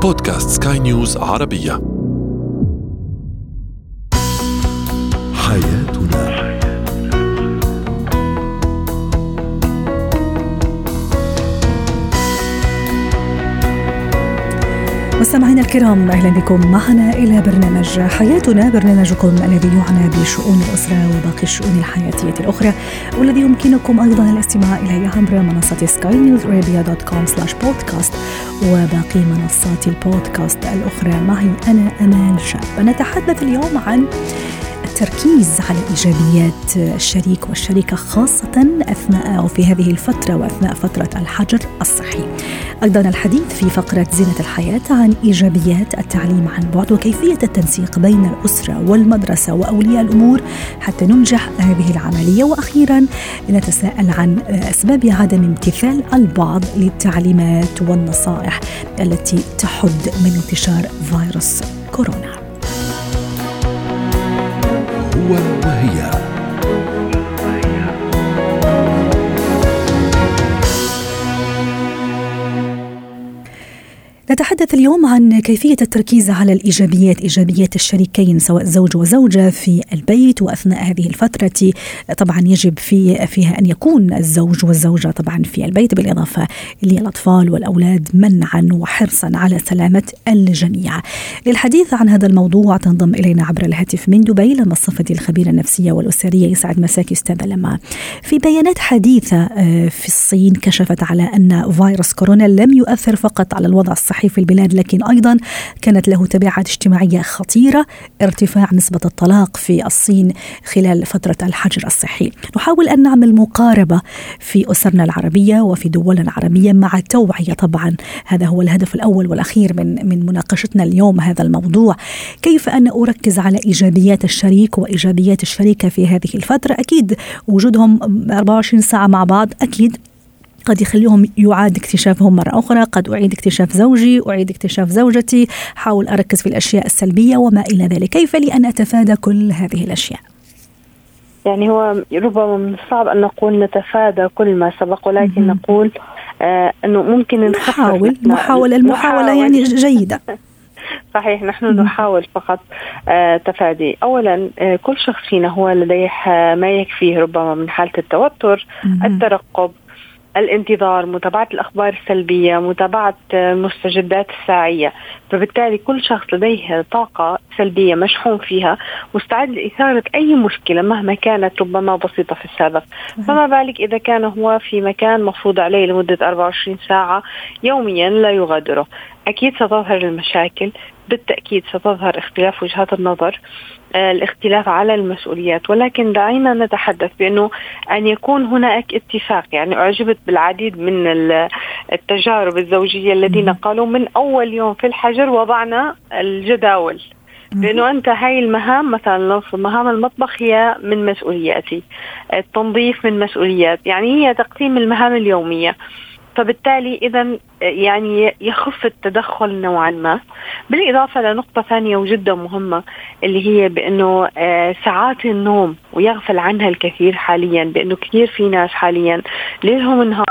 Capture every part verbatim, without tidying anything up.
بودكاست سكاي نيوز عربية. حياتنا. مستمعينا الكرام، أهلا بكم معنا إلى برنامج حياتنا، برنامجكم الذي يعنى بشؤون الأسرة وباقي الشؤون الحياتية الأخرى، والذي يمكنكم أيضا الاستماع إليه عبر منصة سكاي نيوز عربية دوت كوم سلاش بودكاست وباقي منصات البودكاست الأخرى. معي أنا أمان شاب. نتحدث اليوم عن التركيز على إيجابيات الشريك والشريكة، خاصة أثناء أو في هذه الفترة وأثناء فترة الحجر الصحي. أيضا الحديث في فقرة زينة الحياة عن إيجابيات التعليم عن بعد وكيفية التنسيق بين الأسرة والمدرسة وأولياء الأمور حتى ننجح هذه العملية. وأخيرا نتساءل عن أسباب عدم امتثال البعض للتعليمات والنصائح التي تحد من انتشار فيروس كورونا. هو وهي. نتحدث اليوم عن كيفية التركيز على الإيجابيات، إيجابيات الشريكين سواء زوج وزوجة في البيت وأثناء هذه الفترة. طبعا يجب في فيها أن يكون الزوج والزوجة طبعا في البيت، بالإضافة للأطفال والأولاد، منعا وحرصا على سلامة الجميع. للحديث عن هذا الموضوع تنضم إلينا عبر الهاتف من دبي لما صفتي الخبيرة النفسية والأسرية. يسعد مساكي أستاذة لما. في بيانات حديثة في الصين كشفت على أن فيروس كورونا لم يؤثر فقط على الوضع الصحي في البلاد، لكن أيضا كانت له تبعات اجتماعية خطيرة، ارتفاع نسبة الطلاق في الصين خلال فترة الحجر الصحي. نحاول أن نعمل مقاربة في أسرنا العربية وفي دولنا العربية مع توعية. طبعا هذا هو الهدف الأول والأخير من من مناقشتنا اليوم، هذا الموضوع، كيف أن أركز على إيجابيات الشريك وإيجابيات الشريكة في هذه الفترة. أكيد وجودهم أربعة وعشرين ساعة مع بعض أكيد قد يخليهم يعاد اكتشافهم مرة أخرى، قد أعيد اكتشاف زوجي، أعيد اكتشاف زوجتي، حاول أركز في الأشياء السلبية وما إلى ذلك. كيف لي أن أتفادى كل هذه الأشياء؟ يعني هو ربما من الصعب أن نقول نتفادى كل ما سبق، ولكن م- نقول آه أنه ممكن نحاول محاولة المحاولة يعني جيدة. صحيح، نحن نحاول فقط آه تفادي. أولا آه كل شخص فينا هو لديه آه ما يكفيه ربما من حالة التوتر، م- الترقب، الانتظار، متابعة الأخبار السلبية، متابعة المستجدات الساعية. فبالتالي كل شخص لديه طاقة سلبية مشحون فيها، مستعد لإثارة أي مشكلة مهما كانت ربما بسيطة في السابق. فما بالك إذا كان هو في مكان مفروض عليه لمدة أربعة وعشرين ساعة يوميا لا يغادره. أكيد ستظهر المشاكل، بالتأكيد ستظهر اختلاف وجهات النظر، الاختلاف على المسؤوليات، ولكن دعينا نتحدث بأنه أن يكون هناك اتفاق. يعني أعجبت بالعديد من التجارب الزوجية الذين قالوا من أول يوم في الحجر وضعنا الجداول، بأنه أنت هاي المهام، مثلا مهام المطبخ هي من مسؤولياتي، التنظيف من مسؤوليات، يعني هي تقسيم المهام اليومية. فبالتالي إذن يعني يخف التدخل نوعا ما. بالإضافة لنقطة ثانية وجدا مهمة اللي هي بأنه ساعات النوم، ويغفل عنها الكثير حاليا، بأنه كثير في ناس حاليا ليلهم نهار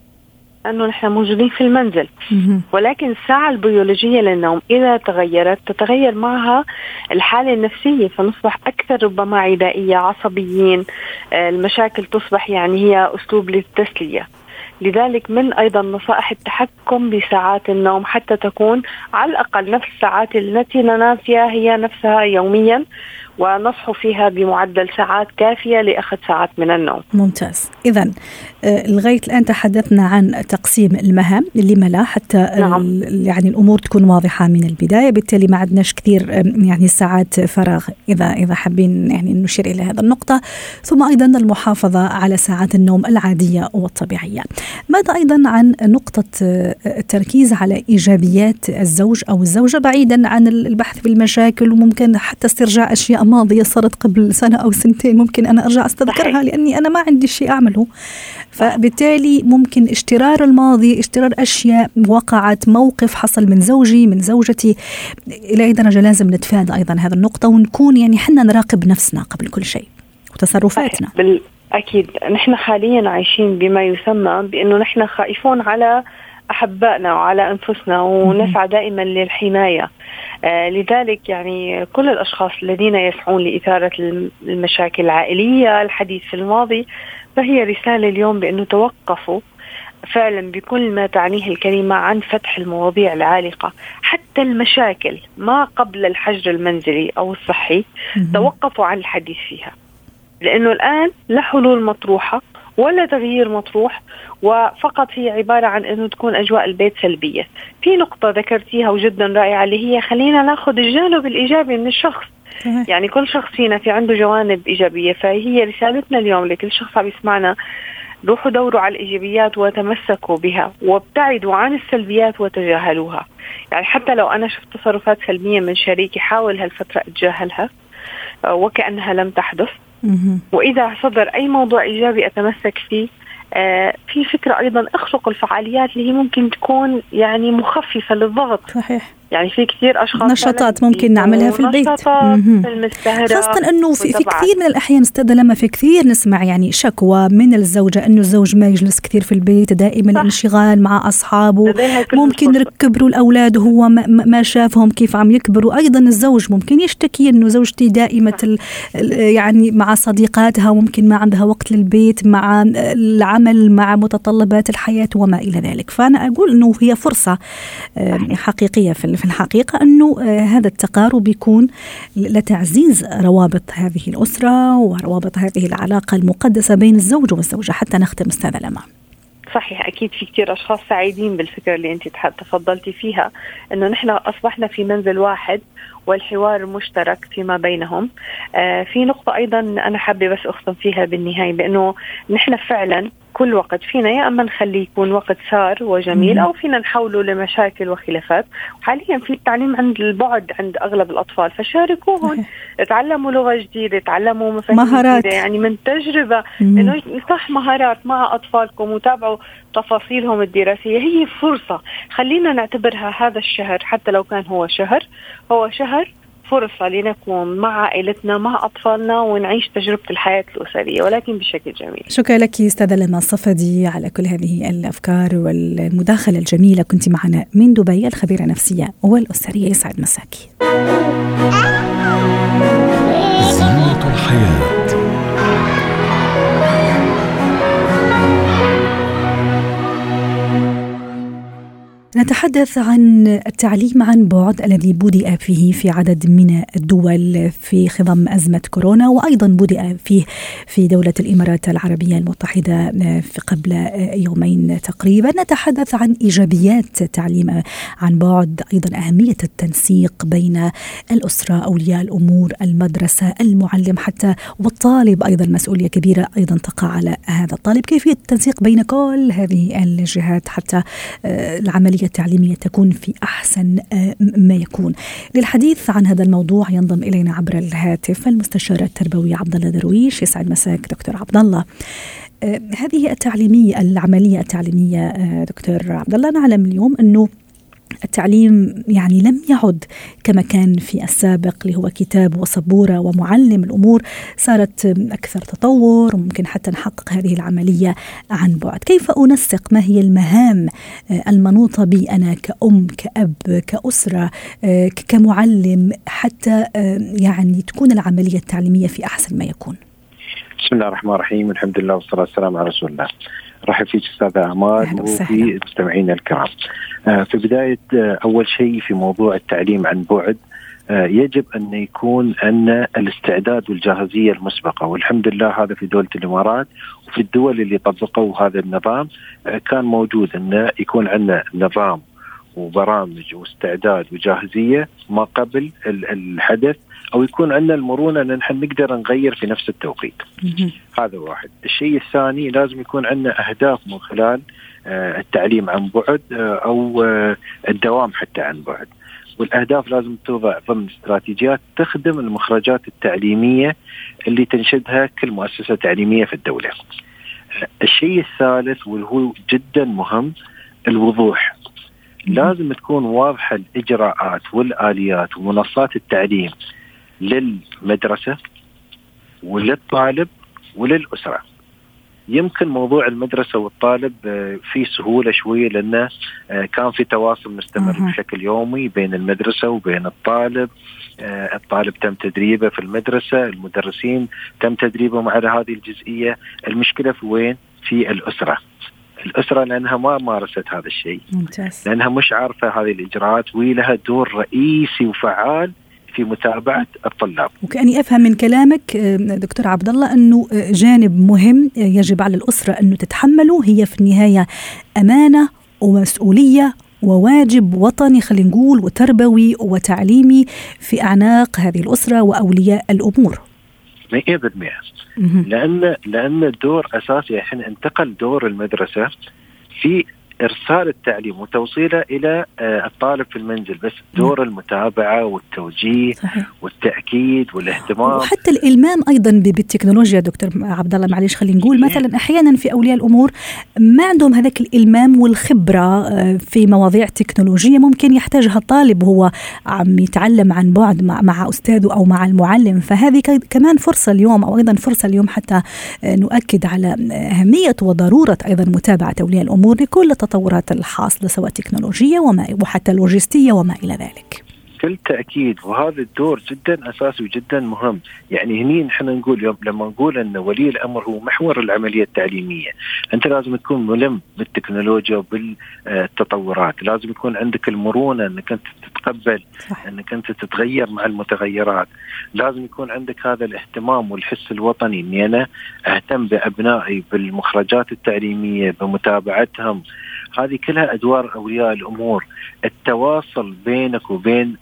أنه نحن موجودين في المنزل، ولكن الساعة البيولوجية للنوم إذا تغيرت تتغير معها الحالة النفسية، فنصبح أكثر ربما عدائية، عصبيين، المشاكل تصبح يعني هي أسلوب للتسلية. لذلك من أيضا نصائح التحكم بساعات النوم حتى تكون على الأقل نفس الساعات التي ننام فيها هي نفسها يوميا، ونصحوا فيها بمعدل ساعات كافية لأخذ ساعات من النوم. ممتاز. إذن لغاية الآن تحدثنا عن تقسيم المهام، لما لا حتى نعم. يعني الأمور تكون واضحة من البداية، بالتالي ما عندناش كثير يعني ساعات فراغ إذا إذا حابين يعني نشير إلى هذا النقطة. ثم أيضا المحافظة على ساعات النوم العادية والطبيعية. ماذا أيضا عن نقطة التركيز على إيجابيات الزوج أو الزوجة بعيدا عن البحث بالمشاكل، وممكن حتى استرجاع أشياء ماضية صارت قبل سنة أو سنتين ممكن أنا أرجع أستذكرها لأني أنا ما عندي شيء أعمله. فبالتالي ممكن اشترار الماضي، اشترار أشياء وقعت، موقف حصل من زوجي من زوجتي، إلى أي درجة لازم نتفادى أيضا هذا النقطة، ونكون يعني حنا نراقب نفسنا قبل كل شيء وتصرفاتنا. أكيد نحن حاليا عايشين بما يسمى بأنه نحن خائفون على أحبائنا وعلى أنفسنا ونسعى دائما للحماية. آه لذلك يعني كل الأشخاص الذين يسعون لإثارة المشاكل العائلية الحديث في الماضي، فهي رسالة اليوم بأنه توقفوا فعلا بكل ما تعنيه الكلمة عن فتح المواضيع العالقة، حتى المشاكل ما قبل الحجر المنزلي أو الصحي توقفوا عن الحديث فيها، لأنه الآن لا حلول مطروحة ولا تغيير مطروح، وفقط هي عبارة عن أنه تكون أجواء البيت سلبية. في نقطة ذكرتيها وجدا رائعة اللي هي خلينا ناخذ الجانب الإيجابي من الشخص. يعني كل شخص فينا في عنده جوانب إيجابية، فهي رسالتنا اليوم لكل شخص عم يسمعنا، روحوا دوروا على الإيجابيات وتمسكوا بها وابتعدوا عن السلبيات وتجاهلوها. يعني حتى لو أنا شفت تصرفات سلبية من شريكي حاول هالفترة أتجاهلها وكأنها لم تحدث، وإذا صدر أي موضوع إيجابي أتمسك فيه. آه في فكرة أيضا أخلق الفعاليات اللي هي ممكن تكون يعني مخففة للضغط. صحيح. يعني في كثير أشخاص نشاطات ممكن نعملها في البيت، خاصة أنه في, في كثير من الأحيان استاذة لما في كثير نسمع يعني شكوى من الزوجة أنه الزوج ما يجلس كثير في البيت، دائما انشغال مع أصحابه، ممكن يكبروا الأولاد وهو ما, ما شافهم كيف عم يكبروا. أيضا الزوج ممكن يشتكي أنه زوجتي دائمة يعني مع صديقاتها وممكن ما عندها وقت للبيت، مع العمل، مع متطلبات الحياة وما إلى ذلك. فأنا أقول أنه هي فرصة حقيقية في في الحقيقة أنه هذا التقارب يكون لتعزيز روابط هذه الأسرة وروابط هذه العلاقة المقدسة بين الزوج والزوجة. حتى نختم أستاذة لما. صحيح، أكيد في كتير أشخاص سعيدين بالفكرة اللي أنت تفضلتي فيها، أنه نحن أصبحنا في منزل واحد والحوار مشترك فيما بينهم. آه في نقطة أيضا أنا حابة بس أختم فيها بالنهاية، بأنه نحن فعلا كل وقت فينا يا أما نخليه يكون وقت سار وجميل أو فينا نحوله لمشاكل وخلافات. حاليا في التعليم عند البعد عند أغلب الأطفال، فشاركوهم، تعلموا لغة جديدة، تعلموا مفاهيم جديدة، يعني من تجربة إنه صح مهارات مع أطفالكم وتابعوا تفاصيلهم الدراسية. هي فرصة، خلينا نعتبرها هذا الشهر حتى لو كان هو شهر هو شهر فرصة لنكون مع عائلتنا مع أطفالنا ونعيش تجربة الحياة الأسرية ولكن بشكل جميل. شكرا لك أستاذة لما الصفدي على كل هذه الأفكار والمداخلة الجميلة. كنت معنا من دبي الخبيرة النفسية والأسرية. يسعد مساكي. زينة الحياة. نتحدث عن التعليم عن بعد الذي بدأ فيه في عدد من الدول في خضم أزمة كورونا، وأيضا بدأ فيه في دولة الإمارات العربية المتحدة في قبل يومين تقريبا. نتحدث عن إيجابيات التعليم عن بعد، أيضا أهمية التنسيق بين الأسرة، أولياء الأمور، المدرسة، المعلم حتى والطالب. أيضا مسؤولية كبيرة أيضا تقع على هذا الطالب، كيفية التنسيق بين كل هذه الجهات حتى العملية التعليمية تكون في أحسن ما يكون. للحديث عن هذا الموضوع ينضم إلينا عبر الهاتف المستشار التربوي عبد الله درويش. يسعد مساك دكتور عبد الله. هذه التعليمية العملية التعليمية دكتور عبد الله، نعلم اليوم أنه التعليم يعني لم يعد كما كان في السابق اللي هو كتاب وسبورة ومعلم. الأمور صارت أكثر تطور وممكن حتى نحقق هذه العملية عن بعد. كيف أنسق؟ ما هي المهام المنوطة بي أنا كأم كأب كأسرة كمعلم حتى يعني تكون العملية التعليمية في أحسن ما يكون؟ بسم الله الرحمن الرحيم، الحمد لله والصلاة والسلام على رسول الله. رحب فيك أستاذة أعمار وفي مستمعينا الكرام. آه في بداية آه أول شيء في موضوع التعليم عن بعد آه يجب أن يكون أن الاستعداد والجاهزية المسبقة، والحمد لله هذا في دولة الإمارات وفي الدول اللي طبقوا هذا النظام آه كان موجود أن يكون عندنا نظام وبرامج واستعداد وجاهزية ما قبل الحدث، أو يكون عندنا المرونة أن نحن نقدر نغير في نفس التوقيت. هذا واحد. الشيء الثاني لازم يكون عندنا أهداف من خلال آه التعليم عن بعد آه أو آه الدوام حتى عن بعد، والأهداف لازم توضع ضمن استراتيجيات تخدم المخرجات التعليمية اللي تنشدها كل مؤسسة تعليمية في الدولة. آه الشيء الثالث والهو جدا مهم الوضوح. لازم تكون واضحة الإجراءات والآليات ومنصات التعليم للمدرسة وللطالب وللأسرة. يمكن موضوع المدرسة والطالب في سهولة شوية، لأنه كان في تواصل مستمر بشكل يومي بين المدرسة وبين الطالب. الطالب تم تدريبه في المدرسة، المدرسين تم تدريبهم على هذه الجزئية. المشكلة في وين؟ في الأسرة. الأسرة لأنها ما مارست هذا الشيء، ممتاز. لأنها مش عارفة هذه الإجراءات، ولها دور رئيسي وفعال في متابعة الطلاب. وكأني أفهم من كلامك دكتور عبد الله أنه جانب مهم يجب على الأسرة أنه تتحمله، هي في النهاية أمانة ومسؤولية وواجب وطني خلينا نقول وتربوي وتعليمي في أعناق هذه الأسرة وأولياء الأمور. مئة بالمئة. لأن لأن الدور أساسي الحين انتقل دور المدرسة في إرسال التعليم وتوصيله إلى الطالب في المنزل، بس دور المتابعة والتوجيه صحيح. والتأكيد والاهتمام وحتى الإلمام أيضا بالتكنولوجيا. دكتور عبد الله معلش خلينا نقول مثلا أحيانا في أولياء الأمور ما عندهم هذاك الإلمام والخبرة في مواضيع تكنولوجية ممكن يحتاجها الطالب وهو عم يتعلم عن بعد مع, مع أستاذه أو مع المعلم. فهذه كمان فرصة اليوم أو أيضا فرصة اليوم حتى نؤكد على أهمية وضرورة أيضا متابعة أولياء الأمور لكل التطورات الحاصلة سواء تكنولوجية وما وحتى لوجستية وما إلى ذلك. بكل تأكيد، وهذا الدور جدا أساسي وجدا مهم. يعني هني نحن نقول يوم لما نقول أن ولي الأمر هو محور العملية التعليمية، أنت لازم تكون ملم بالتكنولوجيا وبالتطورات، لازم يكون عندك المرونة أنك أنت تتقبل صح. أنك أنت تتغير مع المتغيرات، لازم يكون عندك هذا الاهتمام والحس الوطني أني أنا أهتم بأبنائي بالمخرجات التعليمية بمتابعتهم. هذه كلها أدوار أولياء الأمور. التواصل بينك وبين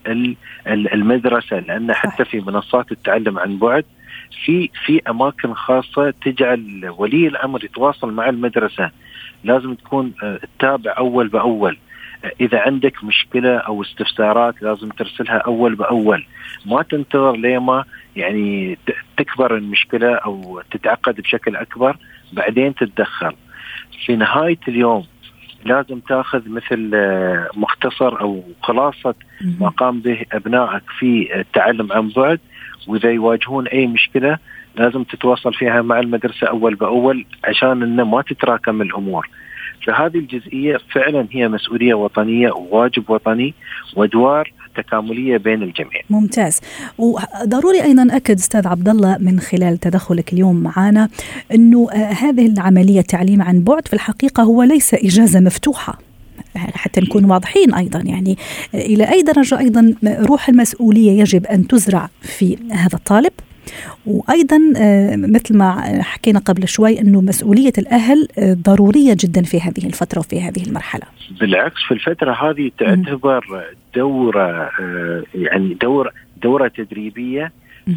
المدرسة، لأن حتى في منصات التعلم عن بعد في في أماكن خاصة تجعل ولي الأمر يتواصل مع المدرسة، لازم تكون تتابع أول بأول. إذا عندك مشكلة أو استفسارات لازم ترسلها أول بأول، ما تنتظر لما يعني تكبر المشكلة أو تتعقد بشكل أكبر بعدين تتدخل. في نهاية اليوم لازم تاخذ مثل مختصر أو خلاصة ما قام به أبنائك في التعلم عن بعد، وإذا يواجهون أي مشكلة لازم تتواصل فيها مع المدرسة أول بأول عشان إنه ما تتراكم الأمور. فهذه الجزئية فعلا هي مسؤولية وطنية وواجب وطني وأدوار تكاملية بين الجميع. ممتاز. وضروري أيضا أكد أستاذ عبد الله من خلال تدخلك اليوم معنا أنه هذه العملية تعليم عن بعد في الحقيقة هو ليس إجازة مفتوحة، حتى نكون واضحين أيضا. يعني إلى أي درجة أيضا روح المسؤولية يجب أن تزرع في هذا الطالب، وأيضا مثل ما حكينا قبل شوي أنه مسؤولية الأهل ضرورية جدا في هذه الفترة وفي هذه المرحلة. بالعكس في الفترة هذه تعتبر دورة يعني دورة دورة تدريبية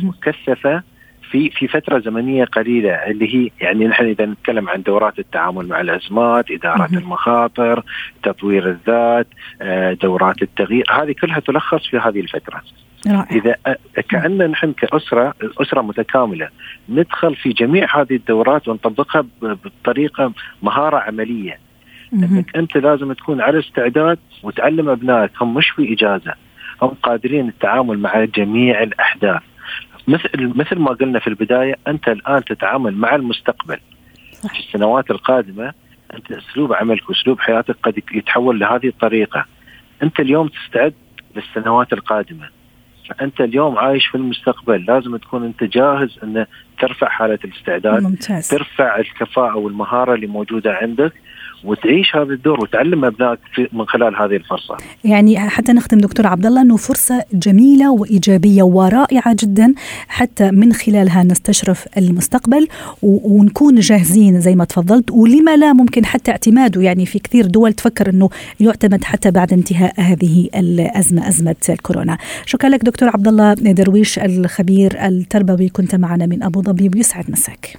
مكثفة في في فترة زمنية قليلة، اللي هي يعني نحن إذا نتكلم عن دورات التعامل مع الأزمات، إدارة المخاطر، تطوير الذات، دورات التغيير، هذه كلها تلخص في هذه الفترة. رائع. إذا كأننا نحن كأسرة أسرة متكاملة ندخل في جميع هذه الدورات ونطبقها بطريقة مهارة عملية، أنك أنت لازم تكون على استعداد وتعلم أبنائك هم مش في إجازة، هم قادرين التعامل مع جميع الأحداث. مثل مثل ما قلنا في البداية، أنت الآن تتعامل مع المستقبل. صح. في السنوات القادمة أنت أسلوب عملك وأسلوب حياتك قد يتحول لهذه الطريقة. أنت اليوم تستعد للسنوات القادمة، فأنت اليوم عايش في المستقبل، لازم تكون أنت جاهز أن ترفع حالة الاستعداد. ممتاز. ترفع الكفاءة والمهارة اللي موجودة عندك وتعيش هذا الدور وتعلم أبنائك من خلال هذه الفرصة. يعني حتى نختم دكتور عبد الله أنه فرصة جميلة وإيجابية ورائعة جدا حتى من خلالها نستشرف المستقبل ونكون جاهزين زي ما تفضلت، ولما لا ممكن حتى اعتماده. يعني في كثير دول تفكر أنه يعتمد حتى بعد انتهاء هذه الأزمة، أزمة الكورونا. شكرا لك دكتور عبد الله درويش الخبير التربوي، كنت معنا من أبو ظبي، ويسعد مساك.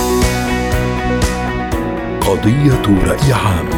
قضية رأي عام.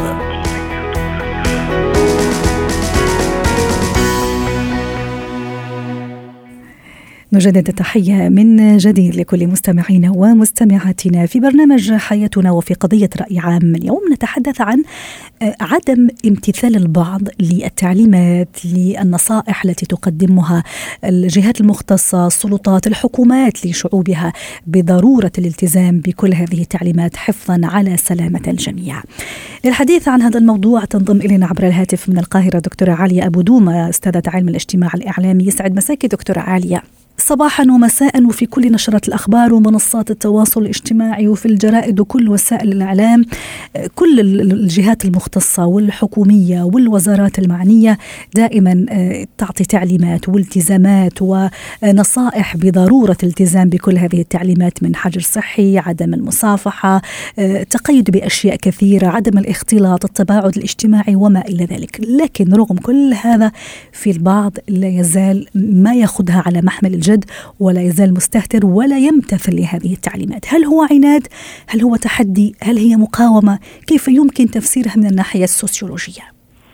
نجدد التحية من جديد لكل مستمعينا ومستمعاتنا في برنامج حياتنا وفي قضية رأي عام. اليوم نتحدث عن عدم امتثال البعض للتعليمات، للنصائح التي تقدمها الجهات المختصة، السلطات، الحكومات لشعوبها بضرورة الالتزام بكل هذه التعليمات حفظا على سلامة الجميع. للحديث عن هذا الموضوع تنضم إلينا عبر الهاتف من القاهرة دكتورة عالية أبو دومة، أستاذة علم الاجتماع الإعلامي. يسعد مساكي دكتورة عالية، صباحا ومساء وفي كل نشرات الأخبار ومنصات التواصل الاجتماعي وفي الجرائد وكل وسائل الإعلام. كل الجهات المختصة والحكومية والوزارات المعنية دائما تعطي تعليمات والتزامات ونصائح بضرورة الالتزام بكل هذه التعليمات، من حجر صحي، عدم المصافحة، تقيد بأشياء كثيرة، عدم الاختلاط، التباعد الاجتماعي وما إلى ذلك. لكن رغم كل هذا في البعض لا يزال ما يأخذها على محمل الجد ولا يزال مستهتر ولا يمتثل لهذه التعليمات. هل هو عناد؟ هل هو تحدي؟ هل هي مقاومة؟ كيف يمكن تفسيرها من الناحية السوسيولوجية؟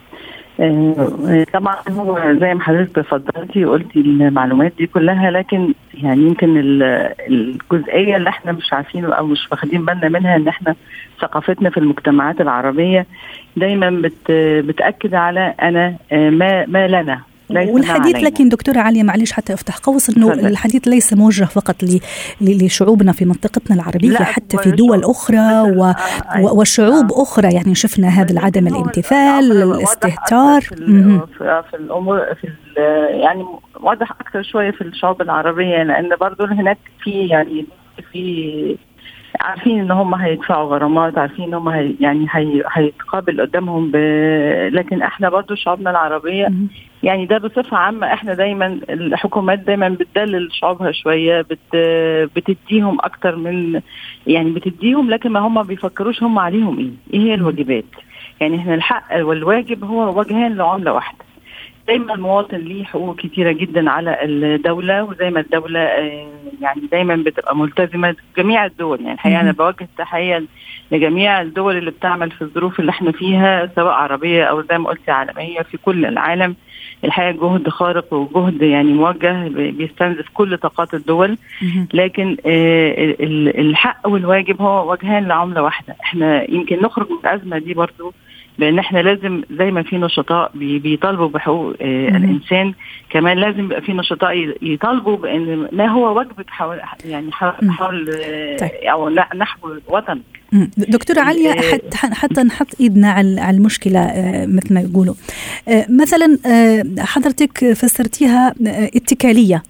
طبعا هو زي ما حضرتك تفضلتي وقلتي المعلومات دي كلها، لكن يعني يمكن الجزئية اللي احنا مش عارفينه او مش واخدين بالنا منها ان احنا ثقافتنا في المجتمعات العربية دايما بت بتأكد على انا ما ما لنا والحديث. لكن دكتورة عالية معلش حتى افتح قوس انه الحديث ليس موجه فقط لشعوبنا في منطقتنا العربية، حتى في دول اخرى و... وشعوب آه. اخرى. يعني شفنا هذا العدم الامتثال، الاستهتار في, في الامور في يعني واضح اكثر شوية في الشعوب العربية، لان برضو هناك في يعني في عارفين ان هم هيدفعوا غرامات، عارفين ان هم هي يعني هي هيتقابل قدامهم ب... لكن احنا برضو شعوبنا العربية يعني ده بصفة عامة احنا دايما الحكومات دايما بتدلل شعوبها شوية، بت... بتديهم اكتر من يعني بتديهم، لكن ما هم بيفكروش هم عليهم ايه ايه هي الواجبات. يعني احنا الحق والواجب هو وجهان لعملة واحدة. دايما المواطن ليه حقوق كتيرة جدا على الدولة، وزي ما الدولة يعني دايما بتبقى ملتزمة جميع الدول. يعني الحقيقة أنا بوجه تحية لجميع الدول اللي بتعمل في الظروف اللي احنا فيها، سواء عربية أو زي ما قلت عالمية في كل العالم. الحقيقة جهد خارق وجهد يعني موجه بيستنزف كل طاقات الدول، لكن الحق والواجب هو وجهان لعملة واحدة. احنا يمكن نخرج من الأزمة دي برضو بأن احنا لازم زي ما في نشطاء بيطالبوا بحقوق آه الإنسان، كمان لازم يبقى في نشطاء يطالبوا بأن ما هو واجبك حول يعني حول آه أو نحو وطنك. دكتورة عالية، حتى حتى نحط إيدنا على المشكلة آه مثل ما يقولوا. آه مثلا آه حضرتك فسرتيها آه اتكالية.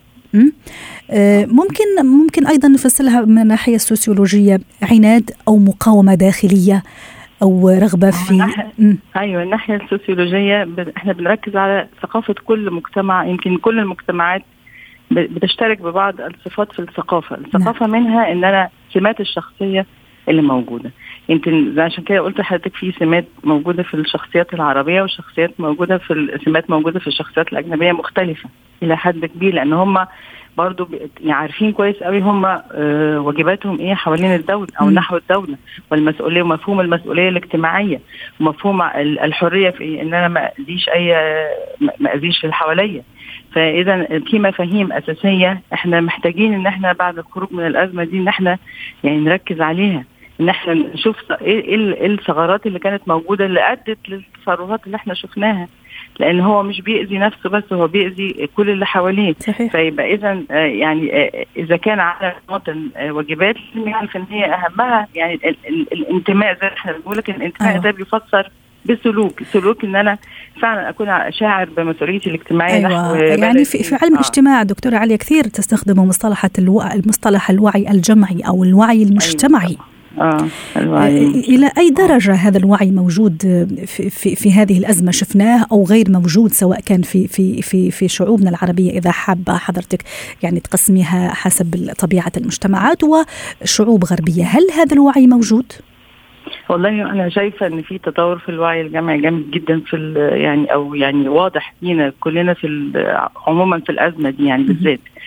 آه ممكن ممكن أيضا نفسرها من الناحية السوسيولوجية عناد أو مقاومة داخلية أو رغبة في الناحية أيوة الناحية السوسيولوجية. ب... إحنا بنركز على ثقافة كل مجتمع. يمكن كل المجتمعات ب... بتشترك ببعض الصفات في الثقافة. الثقافة نعم. منها إن أنا سمات الشخصية اللي موجودة. يمكن عشان كده قلت لحضرتك في سمات موجودة في الشخصيات العربية وشخصيات موجودة في السمات موجودة في الشخصيات الأجنبية مختلفة إلى حد كبير، لأن هم برضو عارفين كويس قوي هم أه واجباتهم ايه حوالين الدولة او نحو الدولة، والمسؤولية ومفهوم المسؤولية الاجتماعية ومفهوم الحرية في إيه؟ ان انا ما اذيش اي ما اذيش اللي حواليا. فاذا في مفاهيم اساسية احنا محتاجين ان احنا بعد الخروج من الازمة دي ان احنا يعني نركز عليها، ان احنا نشوف ايه الثغرات اللي كانت موجودة اللي ادت للتصرفات اللي احنا شفناها، لأن هو مش بيأذي نفسه بس، هو بيأذي كل اللي حواليه. فيبقى إذن يعني إذا كان على المواطن واجبات لازم يعرف إن هي أهمها يعني ال ال الانتماء. زي احنا بنقول لك الانتماء أيوة. ده بيفسر بسلوك سلوك إن أنا فعلا أكون شاعر بمسؤوليتي الاجتماعية. أيوة. يعني في, في علم آه. الاجتماع دكتورة عالية كثير تستخدموا مصطلحة الوعي المصطلح الوعي الجمعي أو الوعي المجتمعي. أيوة. آه. إلى أي درجة هذا الوعي موجود في, في, في هذه الأزمة شفناه أو غير موجود، سواء كان في, في, في, في شعوبنا العربية إذا حابة حضرتك يعني تقسميها حسب طبيعة المجتمعات، وشعوب غربية، هل هذا الوعي موجود؟ والله أنا شايفة إن في تطور في الوعي الجمعي جامد جدا في يعني أو يعني واضح فينا كلنا في عموما في الأزمة دي يعني بالذات.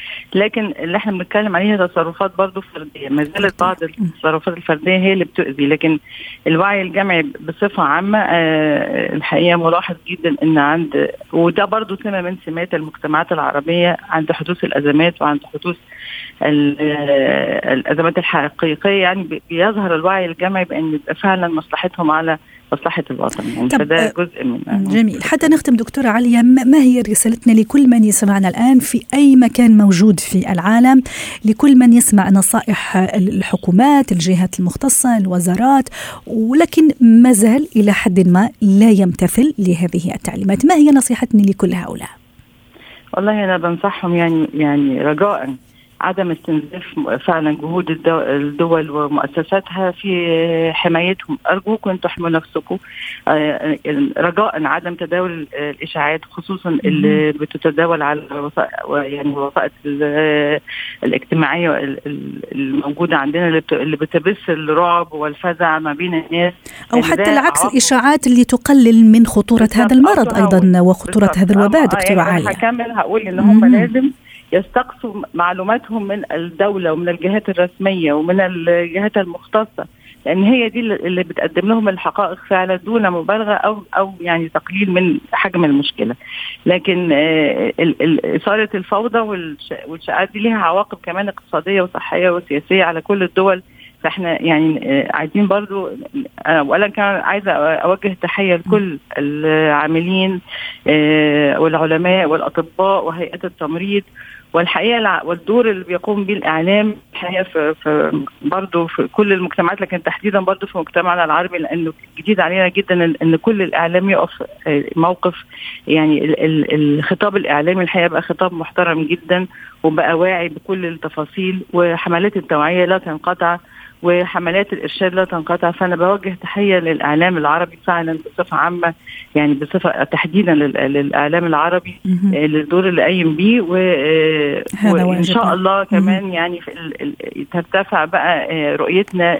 لكن اللي احنا بنتكلم عليها تصرفات برضو فردية، ما زالت بعض التصرفات الفردية هي اللي بتؤذي، لكن الوعي الجمعي بصفة عامة آه الحقيقة ملاحظ جدا ان عند، وده برضو سمة من سمات المجتمعات العربية عند حدوث الأزمات وعند حدوث الأزمات الحقيقية، يعني بيظهر الوعي الجمعي بأن فعلا مصلحتهم على مصلحة الوطن، يعني فده جزء من جميل. حتى نختم دكتورة عليا، ما هي رسالتنا لكل من يسمعنا الآن في أي مكان موجود في العالم، لكل من يسمع نصائح الحكومات، الجهات المختصة، الوزارات، ولكن ما زال إلى حد ما لا يمتثل لهذه التعليمات؟ ما هي نصيحتني لكل هؤلاء؟ والله أنا بنصحهم يعني يعني رجاءً عدم استنزاف فعلا جهود الدول ومؤسساتها في حمايتهم. أرجوكم أن تحموا نفسكم، رجاء عدم تداول الإشاعات خصوصا اللي بتتداول على يعني الوسائط الاجتماعية الموجودة عندنا اللي بتبث الرعب والفزع ما بين الناس، أو حتى العكس الإشاعات اللي تقلل من خطورة هذا المرض أيضا وخطورة هذا الوباء. دكتورة عليا هكمل هقول إن هم لازم يستقصوا معلوماتهم من الدولة ومن الجهات الرسمية ومن الجهات المختصة، لأن هي دي اللي بتقدم لهم الحقائق فعلا دون مبالغة أو أو يعني تقليل من حجم المشكلة. لكن إثارة الفوضى والشائعات دي لها عواقب كمان اقتصادية وصحية وسياسية على كل الدول. فإحنا يعني عايزين برضو، وأنا كان عايزة أوجه تحية لكل العاملين والعلماء والأطباء وهيئات التمريض، والحقيقة والدور اللي بيقوم به الإعلام الحقيقة في, في برضو في كل المجتمعات، لكن تحديدا برضو في مجتمعنا العربي، لأنه جديد علينا جدا أن كل الإعلام يقف موقف، يعني الخطاب الإعلامي الحقيقة بقى خطاب محترم جدا وبقى واعي بكل التفاصيل، وحملات التوعية لا تنقطع وحملات الإرشاد لا تنقطع. فأنا بوجه تحية للإعلام العربي فعلا بصفة عامة، يعني بصفة تحديدا للإعلام العربي للدور اللي قايم بيه، وإن شاء الله كمان يعني ترتفع بقى رؤيتنا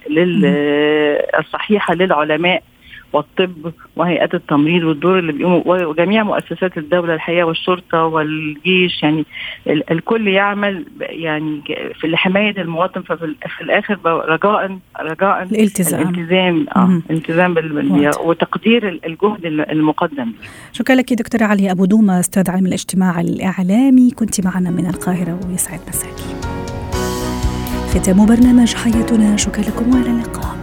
للصحيحة للعلماء والطب وهيئات التمريض والدور اللي بيقوموا وجميع مؤسسات الدولة الحقيقة والشرطة والجيش، يعني الكل يعمل يعني في حماية المواطن. ففي الآخر رجاء رجاء الالتزام الالتزام اه الالتزام بال وتقدير الجهد المقدم. شكرا لك دكتورة عليا أبو دومة، أستاذ علم الاجتماع الإعلامي، كنت معنا من القاهرة ويسعد مساكي. ختام برنامج حياتنا، شكرا لكم وعلى اللقاء.